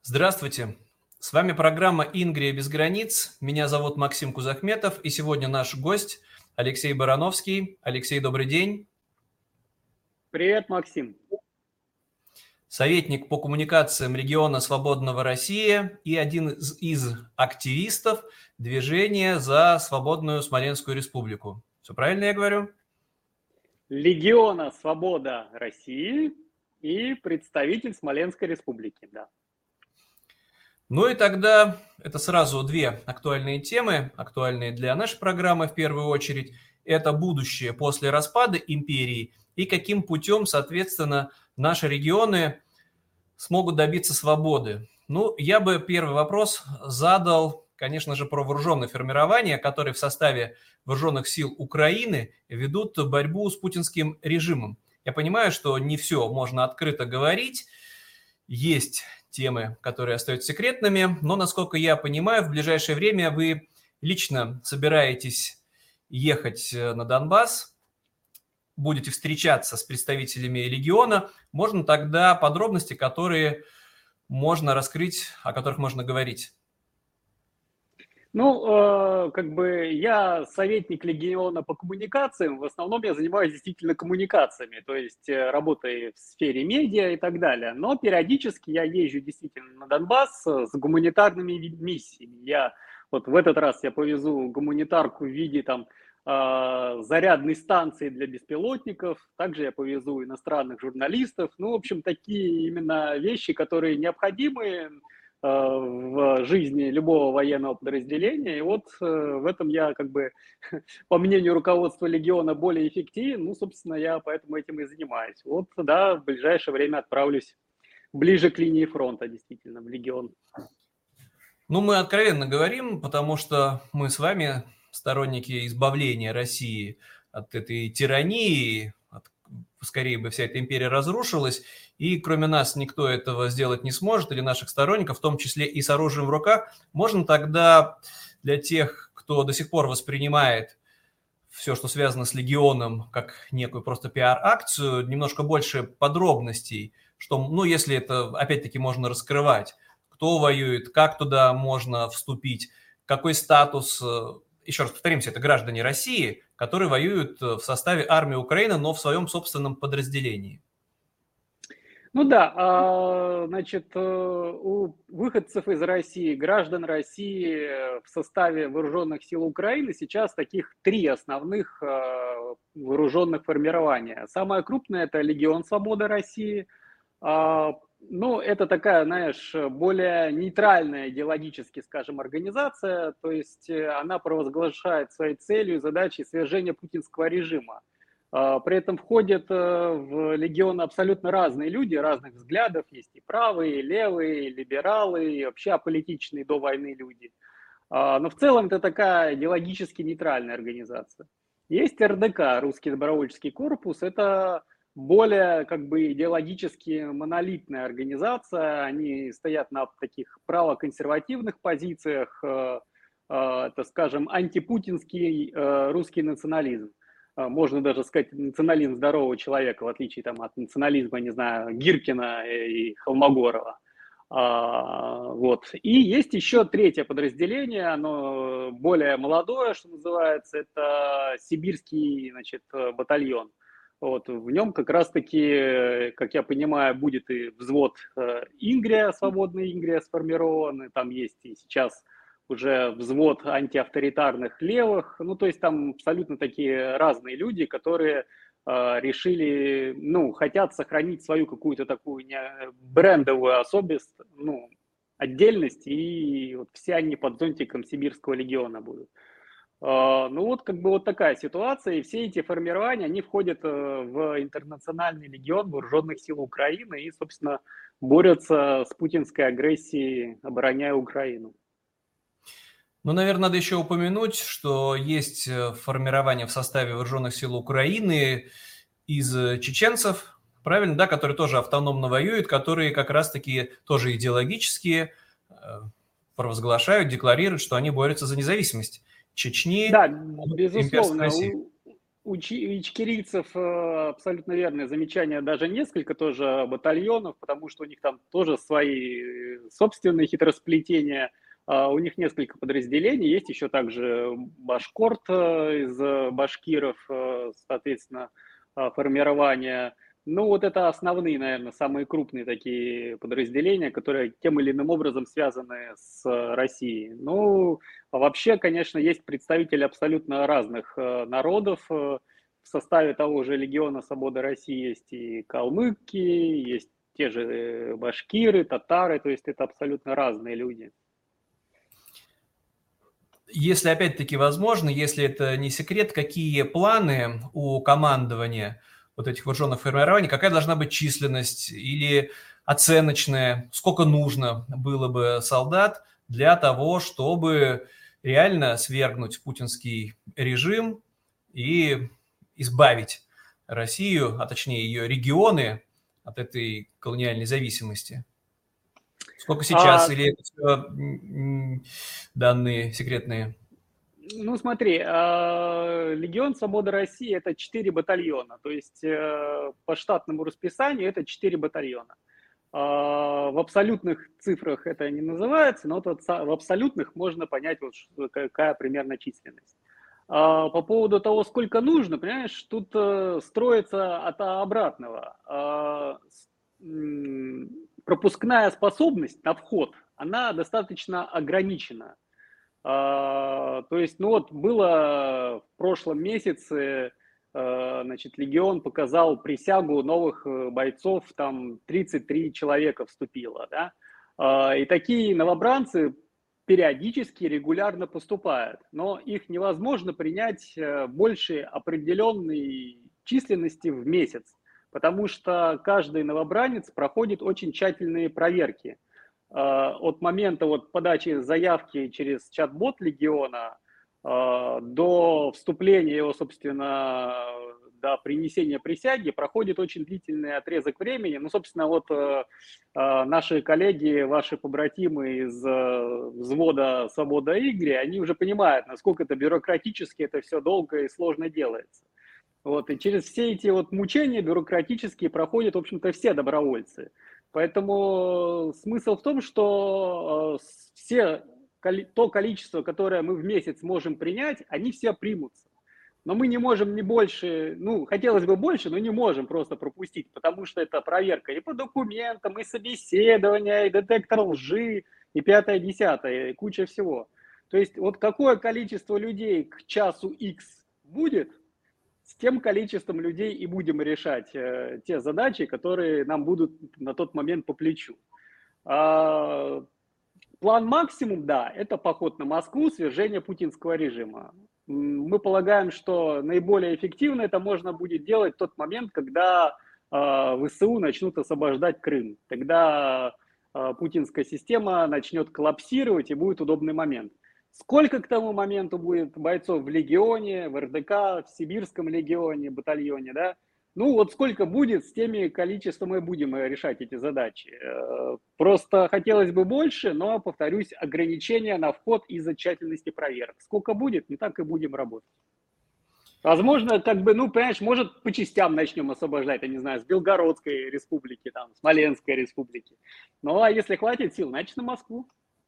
Здравствуйте. С вами программа «Ингрия без границ». Меня зовут Максим Кузахметов, и сегодня наш гость Алексей Барановский. Алексей, добрый день. Привет, Максим. Советник по коммуникациям региона «Свободного Россия» и один из активистов движения за свободную Смоленскую республику. Все правильно я говорю? Легиона «Свобода России» и представитель Смоленской республики, да. Ну и тогда это сразу две актуальные темы, актуальные для нашей программы в первую очередь. Это будущее после распада империи и каким путем, соответственно, наши регионы смогут добиться свободы. Ну, я бы первый вопрос задал, конечно же, про вооруженные формирования, которые в составе вооруженных сил Украины ведут борьбу с путинским режимом. Я понимаю, что не все можно открыто говорить, есть темы, которые остаются секретными, но, насколько я понимаю, в ближайшее время вы лично собираетесь ехать на Донбасс, будете встречаться с представителями региона. Можно тогда подробности, которые можно раскрыть, о которых можно говорить? Ну, я советник Легиона по коммуникациям, в основном я занимаюсь действительно коммуникациями, то есть работой в сфере медиа и так далее. Но периодически я езжу действительно на Донбасс с гуманитарными миссиями. Вот в этот раз я повезу гуманитарку в виде зарядной станции для беспилотников, также я повезу иностранных журналистов. Ну, в общем, такие именно вещи, которые необходимы в жизни любого военного подразделения. И вот в этом я, по мнению руководства Легиона, более эффективен. Ну, собственно, я поэтому этим и занимаюсь. Вот, да, в ближайшее время отправлюсь ближе к линии фронта, действительно, в Легион. Ну, мы откровенно говорим, потому что мы с вами сторонники избавления России от этой тирании, скорее бы вся эта империя разрушилась, и кроме нас никто этого сделать не сможет, или наших сторонников, в том числе и с оружием в руках. Можно тогда для тех, кто до сих пор воспринимает все, что связано с Легионом, как некую просто пиар-акцию, немножко больше подробностей, что, ну, если это, опять-таки, можно раскрывать, кто воюет, как туда можно вступить, какой статус. Еще раз повторимся, это граждане России, которые воюют в составе армии Украины, но в своем собственном подразделении. Ну да, у выходцев из России, граждан России в составе вооруженных сил Украины сейчас таких три основных вооруженных формирования. Самое крупное – это Легион Свободы России. Ну, это такая, знаешь, более нейтральная идеологически, скажем, организация, то есть она провозглашает своей целью и задачей свержения путинского режима. При этом входят в легион абсолютно разные люди, разных взглядов, есть и правые, и левые, и либералы, и вообще аполитичные до войны люди. Но в целом это такая идеологически нейтральная организация. Есть РДК, Русский добровольческий корпус, это более идеологически монолитная организация, они стоят на таких правоконсервативных позициях, это, скажем, антипутинский русский национализм. Можно даже сказать национализм здорового человека, в отличие от национализма, не знаю, Гиркина и Холмогорова. Вот. И есть еще третье подразделение, оно более молодое, что называется, это сибирский, батальон. Вот. В нем как раз-таки, как я понимаю, будет и взвод Ингрия, свободный Ингрия сформирован, и там есть и сейчас уже взвод антиавторитарных левых, ну, то есть там абсолютно такие разные люди, которые решили, ну, хотят сохранить свою какую-то такую брендовую особенность, ну, отдельность, и вот все они под зонтиком Сибирского легиона будут. Ну, вот вот такая ситуация, и все эти формирования, они входят в интернациональный легион вооруженных сил Украины и, собственно, борются с путинской агрессией, обороняя Украину. Ну, наверное, надо еще упомянуть, что есть формирование в составе вооруженных сил Украины из чеченцев, правильно, да, которые тоже автономно воюют, которые как раз-таки тоже идеологически провозглашают, декларируют, что они борются за независимость Чечни. Да, безусловно, ичкерийцев абсолютно верное замечание, даже несколько тоже батальонов, потому что у них там тоже свои собственные хитросплетения. У них несколько подразделений, есть еще также башкорт из башкиров, соответственно, формирование. Ну, вот это основные, наверное, самые крупные такие подразделения, которые тем или иным образом связаны с Россией. Ну, а вообще, конечно, есть представители абсолютно разных народов. В составе того же Легиона Свободы России есть и калмыки, есть те же башкиры, татары, то есть это абсолютно разные люди. Если опять-таки возможно, если это не секрет, какие планы у командования вот этих вооруженных формирований, какая должна быть численность или оценочная, сколько нужно было бы солдат для того, чтобы реально свергнуть путинский режим и избавить Россию, а точнее ее регионы от этой колониальной зависимости? Сколько сейчас? А, Или это все данные секретные? ну, смотри, Легион Свободы России это 4 батальона, то есть по штатному расписанию это 4 батальона. В абсолютных цифрах это не называется, но вот в абсолютных можно понять, вот, какая примерно численность. По поводу того, сколько нужно, понимаешь, тут строится от обратного. Пропускная способность на вход, она достаточно ограничена. То есть, ну вот было в прошлом месяце, значит, Легион показал присягу новых бойцов, там 33 человека вступило, да, и такие новобранцы периодически, регулярно поступают, но их невозможно принять больше определенной численности в месяц, потому что каждый новобранец проходит очень тщательные проверки от момента вот подачи заявки через чат-бот Легиона до вступления его, собственно, до принесения присяги проходит очень длительный отрезок времени. Ну, собственно, вот наши коллеги, ваши побратимы из взвода «Свобода Игоря», они уже понимают, насколько это бюрократически, это все долго и сложно делается. Вот, и через все эти вот мучения бюрократические проходят, в общем-то, все добровольцы. Поэтому смысл в том, что то количество, которое мы в месяц можем принять, они все примутся. Но мы не можем не больше, ну, хотелось бы больше, но не можем просто пропустить, потому что это проверка и по документам, и собеседование, и детектор лжи, и пятое, десятое, и куча всего. То есть вот какое количество людей к часу X будет, с тем количеством людей и будем решать те задачи, которые нам будут на тот момент по плечу. План максимум, да, это поход на Москву, свержение путинского режима. Мы полагаем, что наиболее эффективно это можно будет делать в тот момент, когда ВСУ начнут освобождать Крым. Тогда путинская система начнет коллапсировать и будет удобный момент. Сколько к тому моменту будет бойцов в Легионе, в РДК, в Сибирском Легионе, батальоне, да? Ну вот сколько будет, с теми количеством мы будем решать эти задачи. Просто хотелось бы больше, но, повторюсь, ограничения на вход из-за тщательности проверок. Сколько будет, мы так и будем работать. Возможно, как бы, ну, понимаешь, может, по частям начнем освобождать, я не знаю, с Белгородской республики, там, Смоленской республики. Ну, а если хватит сил, значит, на Москву.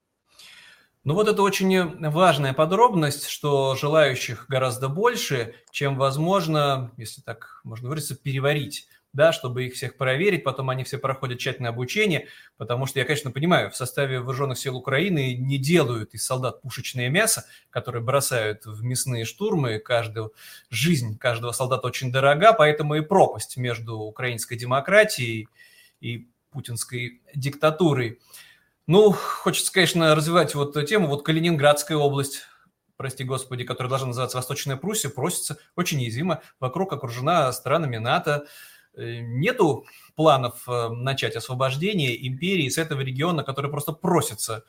Ну вот это очень важная подробность, что желающих гораздо больше, чем возможно, если так можно выразиться, переварить, да, чтобы их всех проверить, потом они все проходят тщательное обучение, потому что я, конечно, понимаю, в составе вооруженных сил Украины не делают из солдат пушечное мясо, которое бросают в мясные штурмы, жизнь каждого солдата очень дорога, поэтому и пропасть между украинской демократией и путинской диктатурой. Ну, хочется, конечно, развивать вот эту тему. Вот Калининградская область, прости господи, которая должна называться Восточная Пруссия, просится очень уязвимо, вокруг окружена странами НАТО. Нету планов начать освобождение империи с этого региона, который просто просится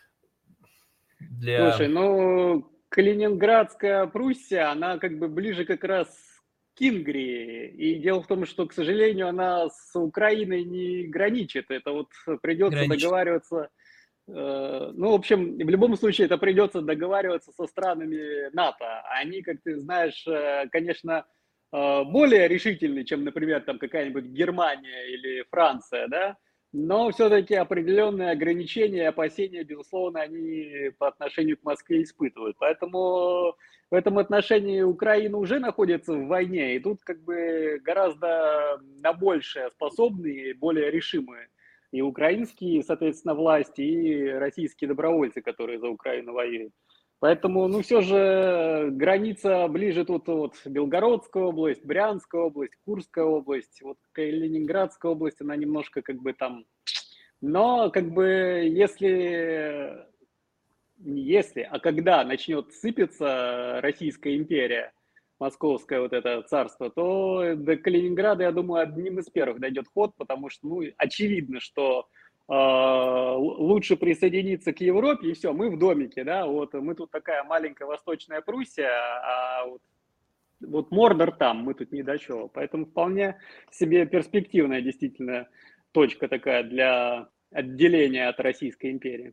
Слушай, для... ну, Калининградская Пруссия, она как бы ближе как раз к Ингрии. И дело в том, что, к сожалению, она с Украиной не граничит. Это вот придется граничит. договариваться. Ну, в общем, в любом случае это придется договариваться со странами НАТО. Они, как ты знаешь, конечно, более решительный, чем, например, там какая-нибудь Германия или Франция, да, но все-таки определенные ограничения и опасения, безусловно, они по отношению к Москве испытывают. Поэтому в этом отношении Украина уже находится в войне, и тут как бы гораздо на большее способны и более решимые и украинские, соответственно, власти, и российские добровольцы, которые за Украину воюют. Поэтому, ну, все же граница ближе тут вот Белгородская область, Брянская область, Курская область, вот Ленинградская область, она немножко как бы там... Но как бы а когда начнет сыпаться Российская империя, Московское вот это царство, то до Калининграда, я думаю, одним из первых дойдет ход, потому что, ну, очевидно, что лучше присоединиться к Европе, и все, мы в домике, да, вот мы тут такая маленькая Восточная Пруссия, а вот Мордор там, мы тут не до чего. Поэтому вполне себе перспективная действительно точка такая для отделения от Российской империи.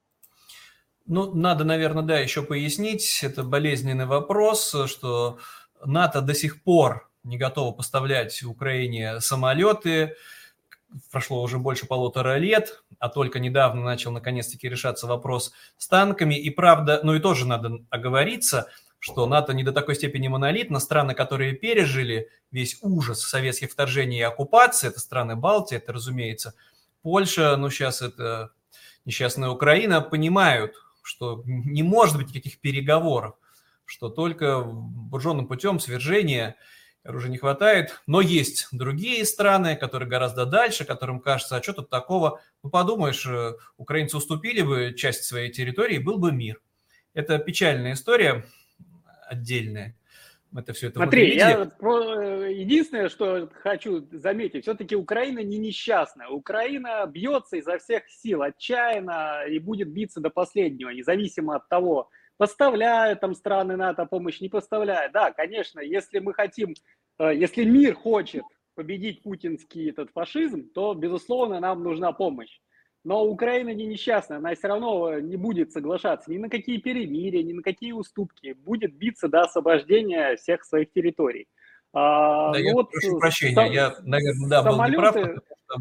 Ну, надо, наверное, да, еще пояснить, это болезненный вопрос, что НАТО до сих пор не готово поставлять Украине самолеты, прошло уже больше 1,5 лет, а только недавно начал наконец-таки решаться вопрос с танками. И правда, ну и тоже надо оговориться, что НАТО не до такой степени монолитно. Страны, которые пережили весь ужас советских вторжений и оккупации, это страны Балтии, это, разумеется, Польша, ну сейчас это несчастная Украина, понимают, что не может быть никаких переговоров, что только вооруженным путем свержения оружия не хватает, но есть другие страны, которые гораздо дальше, которым кажется, а что тут такого? Ну, подумаешь, украинцы уступили бы часть своей территории, был бы мир. Это печальная история отдельная. Это все это Смотри, выглядит. единственное, что хочу заметить, все-таки Украина не несчастная. Украина бьется изо всех сил, отчаянно, и будет биться до последнего, независимо от того, поставляют там страны НАТО помощь, не поставляют. Да, конечно, если мы хотим, если мир хочет победить путинский этот фашизм, то, безусловно, нам нужна помощь. Но Украина не несчастная, она все равно не будет соглашаться ни на какие перемирия, ни на какие уступки, будет биться до освобождения всех своих территорий. Да, Ну я вот прошу прощения, я, наверное, да, был неправ, самолеты, потому что,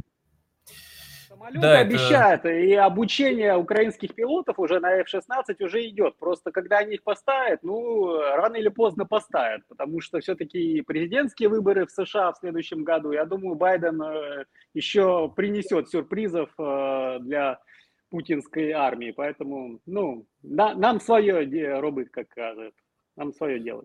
самолеты да, это обещают, и обучение украинских пилотов уже на F-16 уже идет. Просто когда они их поставят, ну, рано или поздно поставят, потому что все-таки президентские выборы в США в следующем году, я думаю, Байден еще принесет сюрпризов для путинской армии. Поэтому, ну, нам свое робить, как кажется, нам свое делать.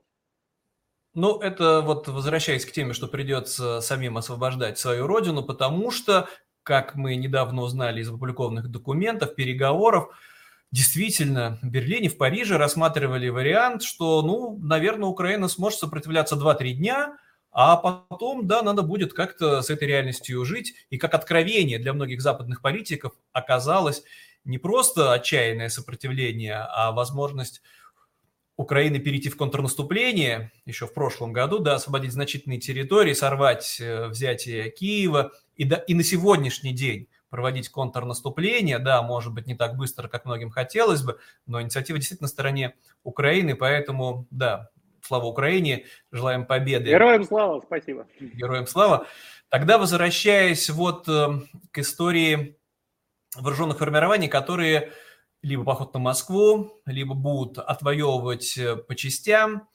Ну, это вот возвращаясь к теме, что придется самим освобождать свою родину, потому что, как мы недавно узнали из опубликованных документов, переговоров, действительно, в Берлине, в Париже рассматривали вариант, что, ну, наверное, Украина сможет сопротивляться 2-3 дня, а потом, да, надо будет как-то с этой реальностью жить. И как откровение для многих западных политиков оказалось не просто отчаянное сопротивление, а возможность Украины перейти в контрнаступление еще в прошлом году, да, освободить значительные территории, сорвать взятие Киева и на сегодняшний день проводить контрнаступление, да, может быть, не так быстро, как многим хотелось бы, но инициатива действительно на стороне Украины, поэтому, да, слава Украине, желаем победы. Героям слава, спасибо. Героям слава. Тогда, возвращаясь вот к истории вооруженных формирований, которые либо поход на Москву, либо будут отвоевывать по частям.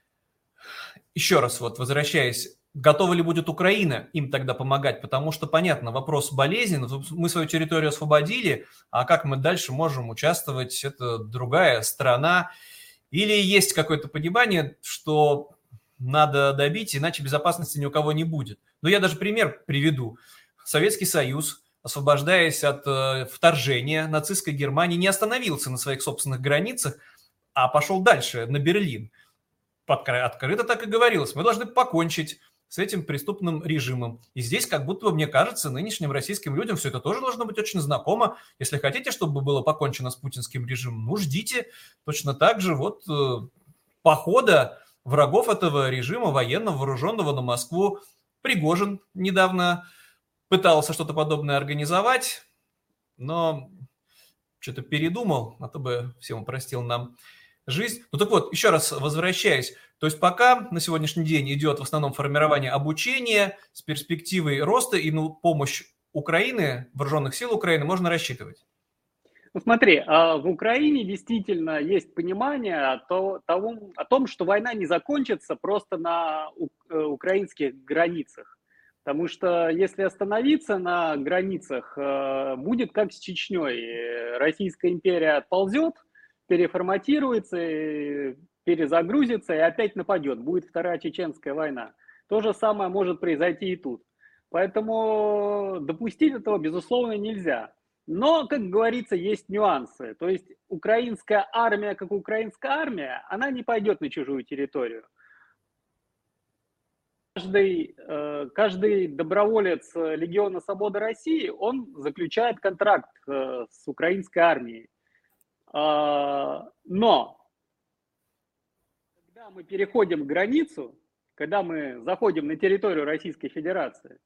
Еще раз, вот возвращаясь, готова ли будет Украина им тогда помогать? Потому что, понятно, вопрос болезненный. Мы свою территорию освободили, а как мы дальше можем участвовать? Это другая страна. Или есть какое-то понимание, что надо добить, иначе безопасности ни у кого не будет. Но я даже пример приведу. Советский Союз, освобождаясь от вторжения нацистской Германии, не остановился на своих собственных границах, а пошел дальше, на Берлин. Открыто так и говорилось. Мы должны покончить с этим преступным режимом. И здесь, как будто бы, мне кажется, нынешним российским людям все это тоже должно быть очень знакомо. Если хотите, чтобы было покончено с путинским режимом, ну, ждите точно так же вот похода врагов этого режима военного, вооруженного на Москву. Пригожин недавно пытался что-то подобное организовать, но что-то передумал, а то бы всем упростил нам жизнь. Ну так вот, еще раз возвращаясь, то есть пока на сегодняшний день идет в основном формирование обучения с перспективой роста и на помощь Украины, вооруженных сил Украины можно рассчитывать. Ну, смотри, в Украине действительно есть понимание о том, что война не закончится просто на украинских границах. Потому что если остановиться на границах, будет как с Чечней. Российская империя отползет, переформатируется, перезагрузится и опять нападет. Будет вторая чеченская война. То же самое может произойти и тут. Поэтому допустить этого, безусловно, нельзя. Но, как говорится, есть нюансы. То есть украинская армия, как украинская армия, она не пойдет на чужую территорию. Каждый доброволец Легиона Свободы России, он заключает контракт с украинской армией. Но когда мы переходим границу, когда мы заходим на территорию Российской Федерации,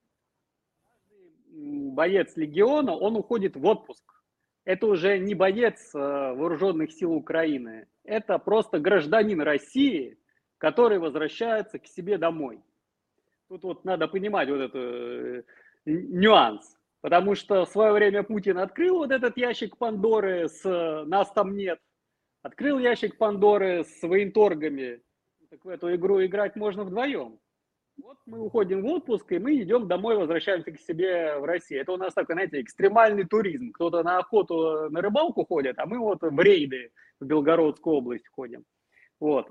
боец Легиона, он уходит в отпуск. Это уже не боец вооруженных сил Украины. Это просто гражданин России, который возвращается к себе домой. Тут вот надо понимать вот этот нюанс. Потому что в свое время Путин открыл вот этот ящик Пандоры с «нас там нет», открыл ящик Пандоры с военторгами. Так в эту игру играть можно вдвоем. Вот мы уходим в отпуск, и мы идем домой, возвращаемся к себе в Россию. Это у нас такой, знаете, экстремальный туризм. Кто-то на охоту, на рыбалку ходит, а мы вот в рейды в Белгородскую область ходим. Вот.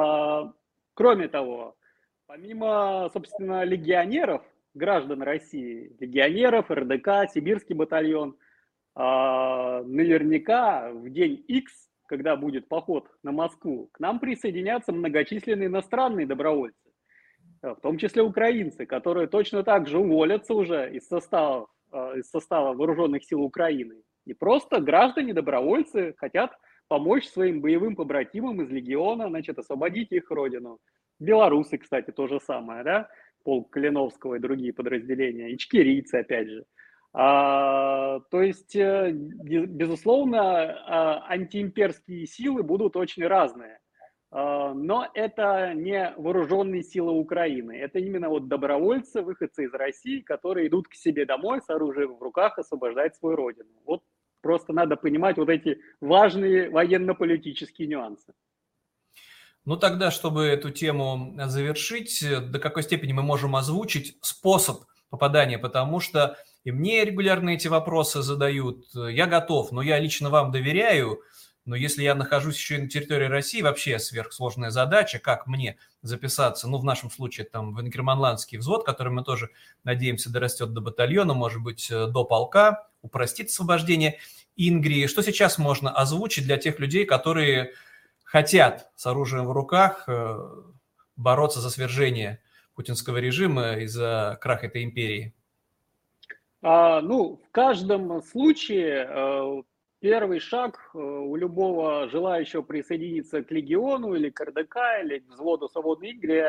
Кроме того, помимо, собственно, легионеров, граждан России, легионеров, РДК, Сибирский батальон, наверняка в день X, когда будет поход на Москву, к нам присоединятся многочисленные иностранные добровольцы, в том числе украинцы, которые точно так же уволятся уже из состава вооруженных сил Украины. И просто граждане-добровольцы хотят помочь своим боевым побратимам из легиона, значит, освободить их родину. Белорусы, кстати, то же самое, да, полк Калиновского и другие подразделения, ичкерийцы, опять же. То есть, безусловно, антиимперские силы будут очень разные. Но это не вооруженные силы Украины. Это именно вот добровольцы, выходцы из России, которые идут к себе домой с оружием в руках освобождать свою родину. Вот просто надо понимать вот эти важные военно-политические нюансы. Ну тогда, чтобы эту тему завершить, до какой степени мы можем озвучить способ попадания, потому что и мне регулярно эти вопросы задают. Я готов, но я лично вам доверяю. Но если я нахожусь еще и на территории России, вообще сверхсложная задача, как мне записаться, ну, в нашем случае, там, в Ингерманландский взвод, который мы тоже, надеемся, дорастет до батальона, может быть, до полка, упростит освобождение Ингрии. Что сейчас можно озвучить для тех людей, которые хотят с оружием в руках бороться за свержение путинского режима и за крах этой империи? В каждом случае первый шаг у любого желающего присоединиться к легиону или к РДК, или к взводу свободной Ингрии,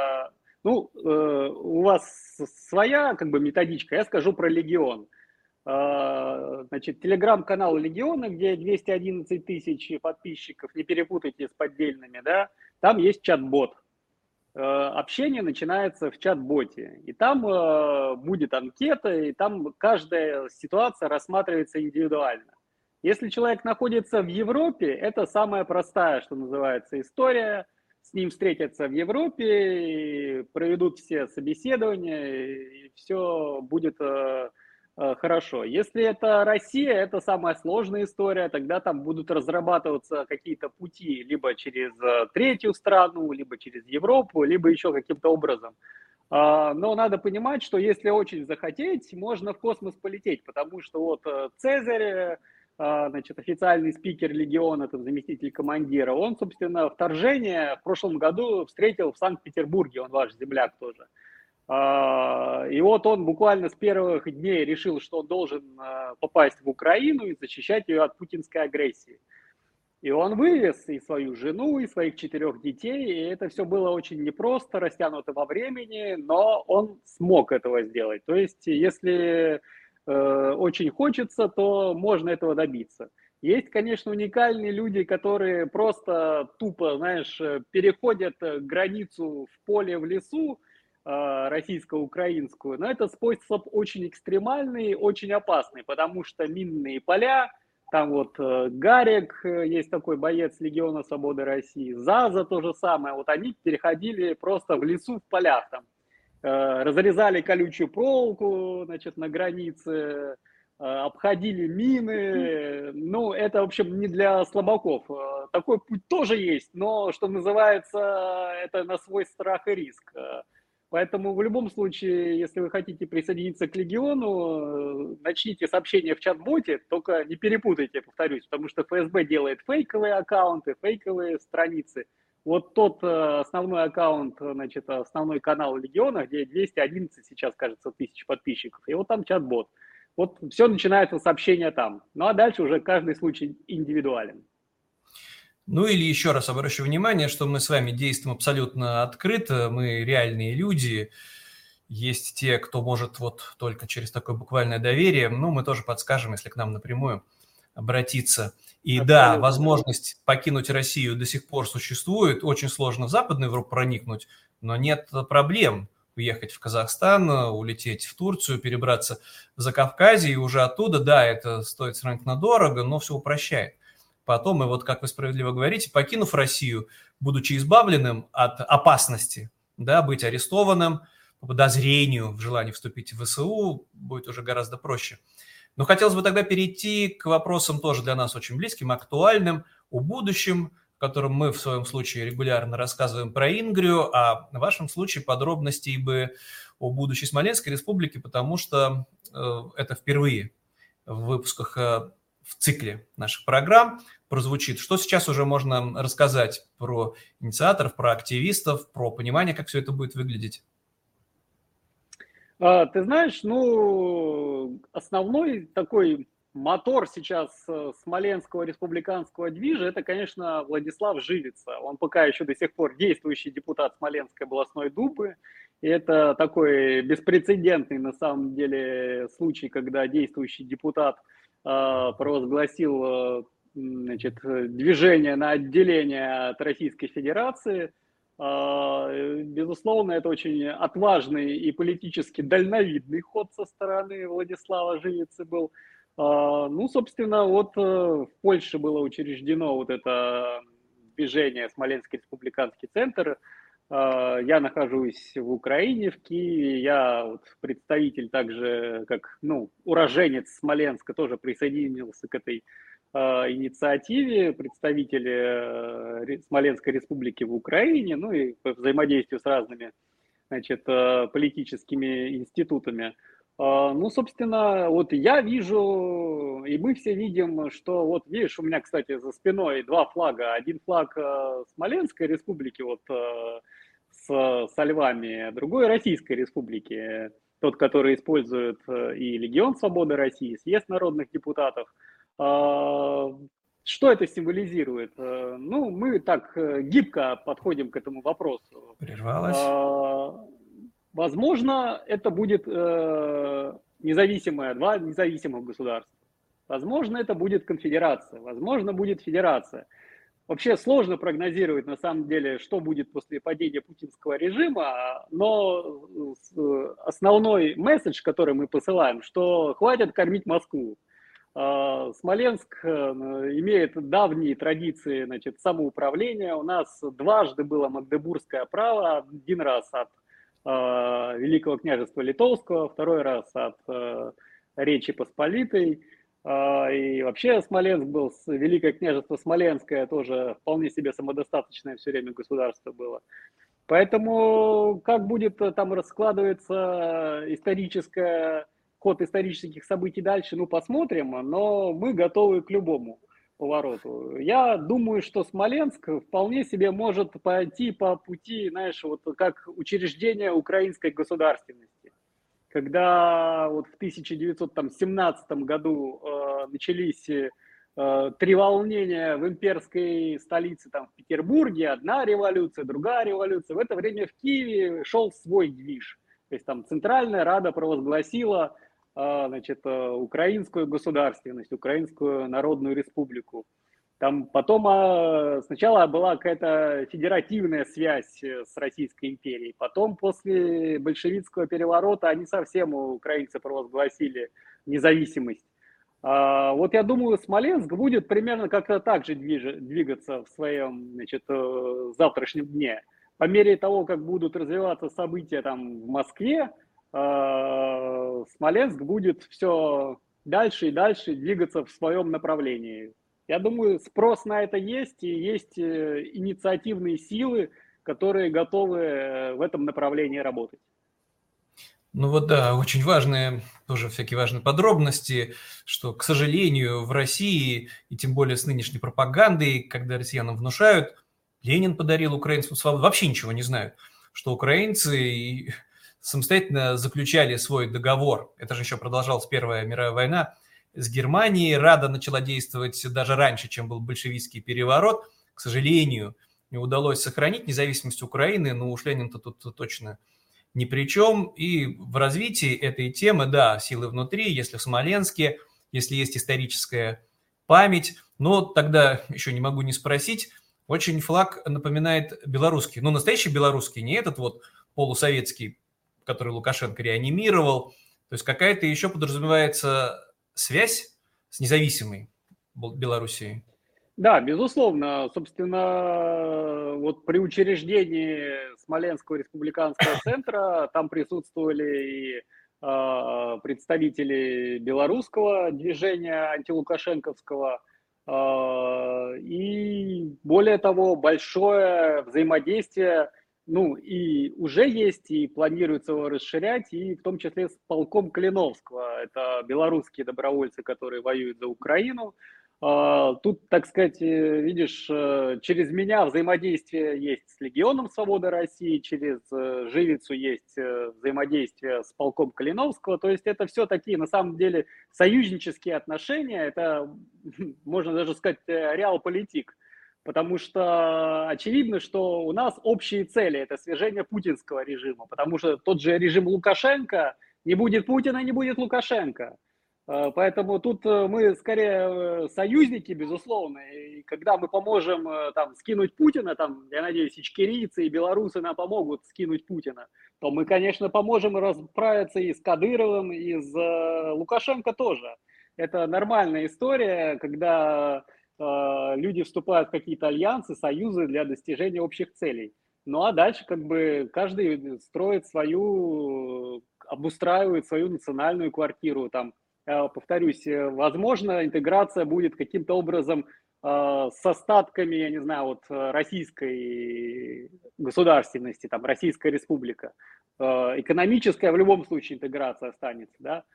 у вас своя как бы методичка, я скажу про легион. Значит, телеграм-канал Легиона, где 211 тысяч подписчиков, не перепутайте с поддельными, да, там есть чат-бот. Общение начинается в чат-боте, и там будет анкета, и там каждая ситуация рассматривается индивидуально. Если человек находится в Европе, это самая простая, что называется, история. С ним встретятся в Европе, проведут все собеседования, и все будет хорошо. Если это Россия, это самая сложная история, тогда там будут разрабатываться какие-то пути либо через третью страну, либо через Европу, либо еще каким-то образом. Но надо понимать, что если очень захотеть, можно в космос полететь, потому что вот Цезарь, значит, официальный спикер легиона, там, заместитель командира, он, собственно, вторжение в прошлом году встретил в Санкт-Петербурге, он ваш земляк тоже. И вот он буквально с первых дней решил, что он должен попасть в Украину и защищать ее от путинской агрессии. И он вывез и свою жену, и своих 4 детей, и это все было очень непросто, растянуто во времени, но он смог этого сделать. То есть, если очень хочется, то можно этого добиться. Есть, конечно, уникальные люди, которые просто тупо, знаешь, переходят границу в поле, в лесу, российско-украинскую, но это способ очень экстремальный, очень опасный, потому что минные поля, там вот Гарик, есть такой боец Легиона Свободы России, ЗАЗа то же самое, вот они переходили просто в лесу, в полях там, разрезали колючую проволоку, значит, на границе, обходили мины. Ну, это, в общем, не для слабаков. Такой путь тоже есть, но, что называется, это на свой страх и риск. Поэтому в любом случае, если вы хотите присоединиться к Легиону, начните сообщение в чат-боте, только не перепутайте, повторюсь, потому что ФСБ делает фейковые аккаунты, фейковые страницы. Вот тот основной аккаунт, значит, основной канал Легиона, где 211 сейчас, кажется, тысяч подписчиков, и вот там чат-бот. Вот все начинается сообщение там. Ну а дальше уже каждый случай индивидуален. Ну или еще раз обращу внимание, что мы с вами действуем абсолютно открыто, мы реальные люди. Есть те, кто может вот только через такое буквальное доверие, ну мы тоже подскажем, если к нам напрямую обратиться. И да, Абсолютно, да. возможность покинуть Россию до сих пор существует. Очень сложно в Западную Европу проникнуть, но нет проблем уехать в Казахстан, улететь в Турцию, перебраться в Закавказье, и уже оттуда, да, это стоит сравнительно дорого, но все упрощает. Потом, и вот как вы справедливо говорите, покинув Россию, будучи избавленным от опасности, да, быть арестованным по подозрению в желании вступить в ВСУ, будет уже гораздо проще. Но хотелось бы тогда перейти к вопросам тоже для нас очень близким, актуальным, о будущем, в котором мы в своем случае регулярно рассказываем про Ингрию, а в вашем случае подробностей бы о будущей Смоленской республике, потому что это впервые в выпусках в цикле наших программ прозвучит. Что сейчас уже можно рассказать про инициаторов, про активистов, про понимание, как все это будет выглядеть? Ты знаешь, ну, основной такой мотор сейчас Смоленского республиканского движа, это, конечно, Владислав Живица. Он пока еще до сих пор действующий депутат Смоленской областной думы. И это такой беспрецедентный, на самом деле, случай, когда действующий депутат провозгласил значит, движение на отделение от Российской Федерации. Безусловно, это очень отважный и политически дальновидный ход со стороны Владислава Живицы был. Ну, собственно, вот в Польше было учреждено вот это движение «Смоленский республиканский центр». Я нахожусь в Украине, в Киеве. Я вот представитель также, как ну, уроженец Смоленска, тоже присоединился к этой инициативе, представители Смоленской республики в Украине, ну и по взаимодействию с разными, значит, политическими институтами. Ну, собственно, вот я вижу, и мы все видим, что вот, видишь, у меня, кстати, за спиной 2 флага. Один флаг Смоленской республики, вот со львами, другой Российской республики, тот, который использует и Легион Свободы России, съезд народных депутатов. Что это символизирует? Ну, мы так гибко подходим к этому вопросу. Прервалась. Возможно, это будет независимое, 2 независимых государства. Возможно, это будет конфедерация. Возможно, будет федерация. Вообще сложно прогнозировать, на самом деле, что будет после падения путинского режима, но основной месседж, который мы посылаем, что хватит кормить Москву. Смоленск имеет давние традиции, значит, самоуправления. У нас дважды было магдебургское право. Один раз от Великого княжества Литовского, второй раз от Речи Посполитой. И вообще Смоленск был, Великое княжество Смоленское тоже вполне себе самодостаточное все время государство было. Поэтому как будет там раскладываться ход исторических событий дальше, ну посмотрим, но мы готовы к любому повороту. Я думаю, что Смоленск вполне себе может пойти по пути, знаешь, вот как учреждение украинской государственности. Когда вот в 1917 году начались 3 волнения в имперской столице, там в Петербурге, одна революция, другая революция. В это время в Киеве шел свой движ. То есть там Центральная Рада провозгласила значит, украинскую государственность, Украинскую Народную Республику. Там потом сначала была какая-то федеративная связь с Российской империей, потом после большевистского переворота они совсем, украинцы, провозгласили независимость. Вот я думаю, Смоленск будет примерно как-то так же двигаться в своем, значит, завтрашнем дне. По мере того, как будут развиваться события там в Москве, Смоленск будет все дальше и дальше двигаться в своем направлении. Я думаю, спрос на это есть, и есть инициативные силы, которые готовы в этом направлении работать. Ну вот да, очень важные, тоже всякие важные подробности, что, к сожалению, в России, и тем более с нынешней пропагандой, когда россиянам внушают, Ленин подарил украинцам свободу, вообще ничего не знают, что украинцы самостоятельно заключали свой договор. Это же еще продолжалась Первая мировая война с Германией. Рада начала действовать даже раньше, чем был большевистский переворот. К сожалению, не удалось сохранить независимость Украины, но уж Ленин-то тут точно ни при чем. И в развитии этой темы, да, силы внутри, если в Смоленске, если есть историческая память, но тогда еще не могу не спросить, очень флаг напоминает белорусский. Ну, настоящий белорусский, не этот вот полусоветский, который Лукашенко реанимировал. То есть какая-то еще подразумевается связь с независимой Белоруссией. Да, безусловно. Собственно, вот при учреждении Смоленского республиканского центра там присутствовали и представители белорусского движения антилукашенковского, и более того, большое взаимодействие, ну и уже есть, и планируется его расширять, и в том числе с полком Клиновского. Это белорусские добровольцы, которые воюют за Украину. Тут, так сказать, видишь, через меня взаимодействие есть с Легионом Свободы России, через Живицу есть взаимодействие с полком Калиновского. То есть это все такие, на самом деле, союзнические отношения. Это, можно даже сказать, реалполитик. Потому что очевидно, что у нас общие цели – это свержение путинского режима. Потому что тот же режим Лукашенко, не будет Путина, не будет Лукашенко. Поэтому тут мы скорее союзники, безусловно. И когда мы поможем там скинуть Путина, там, я надеюсь, ичкерийцы и белорусы нам помогут скинуть Путина, то мы, конечно, поможем расправиться и с Кадыровым, и с Лукашенко тоже. Это нормальная история, когда люди вступают в какие-то альянсы, союзы для достижения общих целей. Ну а дальше как бы каждый строит свою, обустраивает свою национальную квартиру, там, повторюсь, возможно, интеграция будет каким-то образом с остатками, я не знаю, вот российской государственности, там, Российская Республика. Экономическая в любом случае интеграция останется, да.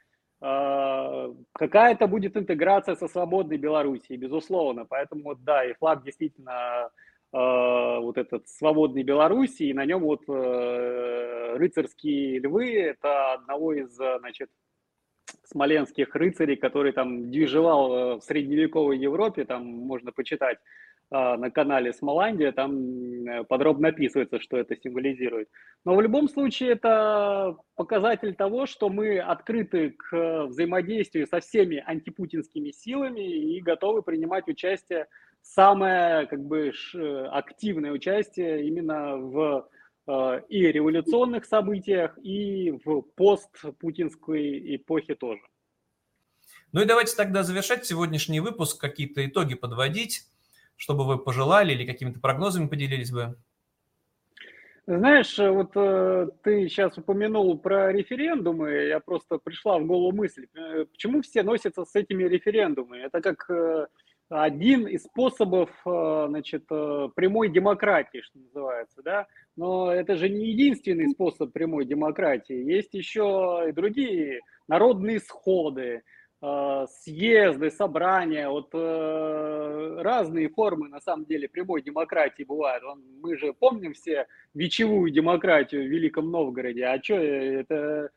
Какая-то будет интеграция со свободной Белоруссией, безусловно. Поэтому, вот, да, и флаг действительно вот этот свободной Белоруссии, и на нем вот рыцарские львы, это одного из, значит, смоленских рыцарей, который там движевал в средневековой Европе, там можно почитать на канале Смоландия, там подробно описывается, что это символизирует. Но в любом случае это показатель того, что мы открыты к взаимодействию со всеми антипутинскими силами и готовы принимать участие, самое как бы активное участие именно в и революционных событиях, и в постпутинской эпохе тоже. Ну и давайте тогда завершать сегодняшний выпуск, какие-то итоги подводить, чтобы вы пожелали или какими-то прогнозами поделились бы. Знаешь, вот ты сейчас упомянул про референдумы, я просто пришла в голову мысль, почему все носятся с этими референдумами? Это как один из способов, значит, прямой демократии, что называется, да? Но это же не единственный способ прямой демократии. Есть еще и другие народные сходы, съезды, собрания, вот разные формы, на самом деле, прямой демократии бывают. Мы же помним все вечевую демократию в Великом Новгороде. А что, это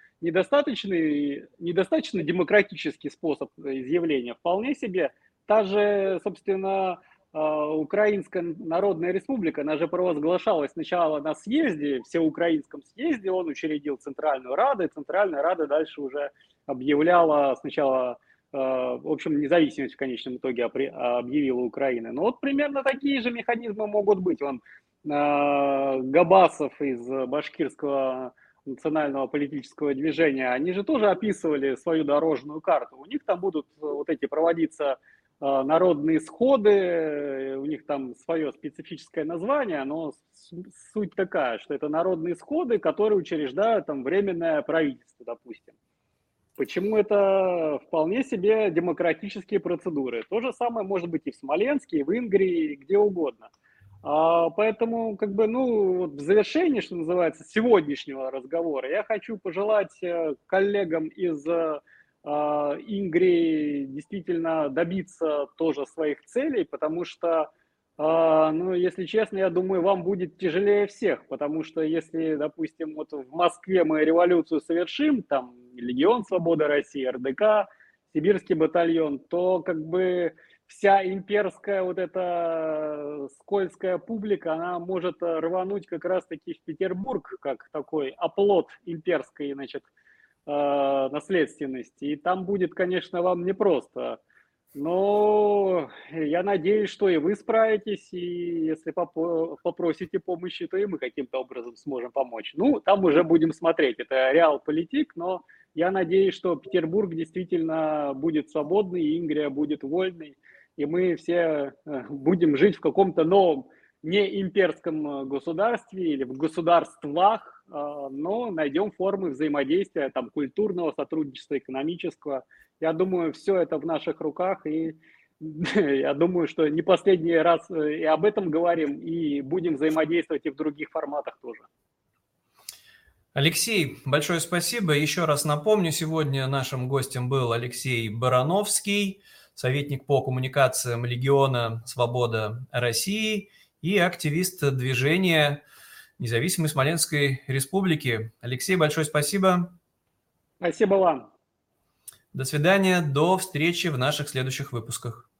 недостаточно демократический способ изъявления? Вполне себе. Та же, собственно, Украинская Народная Республика, она же провозглашалась сначала на съезде, всеукраинском съезде, он учредил Центральную Раду, и Центральная Рада дальше уже объявляла сначала, в общем, независимость в конечном итоге объявила Украина. Но вот примерно такие же механизмы могут быть. Габасов из башкирского национального политического движения, они же тоже описывали свою дорожную карту. У них там будут вот эти проводиться народные сходы, у них там свое специфическое название, но суть такая, что это народные сходы, которые учреждают там временное правительство, допустим. Почему это вполне себе демократические процедуры? То же самое может быть и в Смоленске, и в Ингрии, и где угодно. Поэтому, как бы, ну, вот в завершении, что называется, сегодняшнего разговора, я хочу пожелать коллегам из Ингрии действительно добиться тоже своих целей, потому что, ну, если честно, я думаю, вам будет тяжелее всех, потому что если, допустим, вот в Москве мы революцию совершим, там, Легион Свободы России, РДК, Сибирский батальон, то, как бы, вся имперская вот эта скользкая публика, она может рвануть как раз-таки в Петербург, как такой оплот имперской, значит, наследственности. И там будет, конечно, вам непросто. Но я надеюс, что и вы справитесь, и если попросите помощи, то и мы каким-то образом сможем помочь. Ну, там уже будем смотреть. Это реал-политик, но я надеюсь, что Петербург действительно будет свободный, и Ингрия будет вольной, и мы все будем жить в каком-то новом не имперском государстве или в государствах, но найдем формы взаимодействия, там, культурного сотрудничества, экономического. Я думаю, все это в наших руках, и я думаю, что не последний раз и об этом говорим, и будем взаимодействовать и в других форматах тоже. Алексей, большое спасибо. Еще раз напомню, сегодня нашим гостем был Алексей Барановский, советник по коммуникациям Легиона «Свобода России» и активист движения Независимой Смоленской Республики. Алексей, большое спасибо. Спасибо вам. До свидания, до встречи в наших следующих выпусках.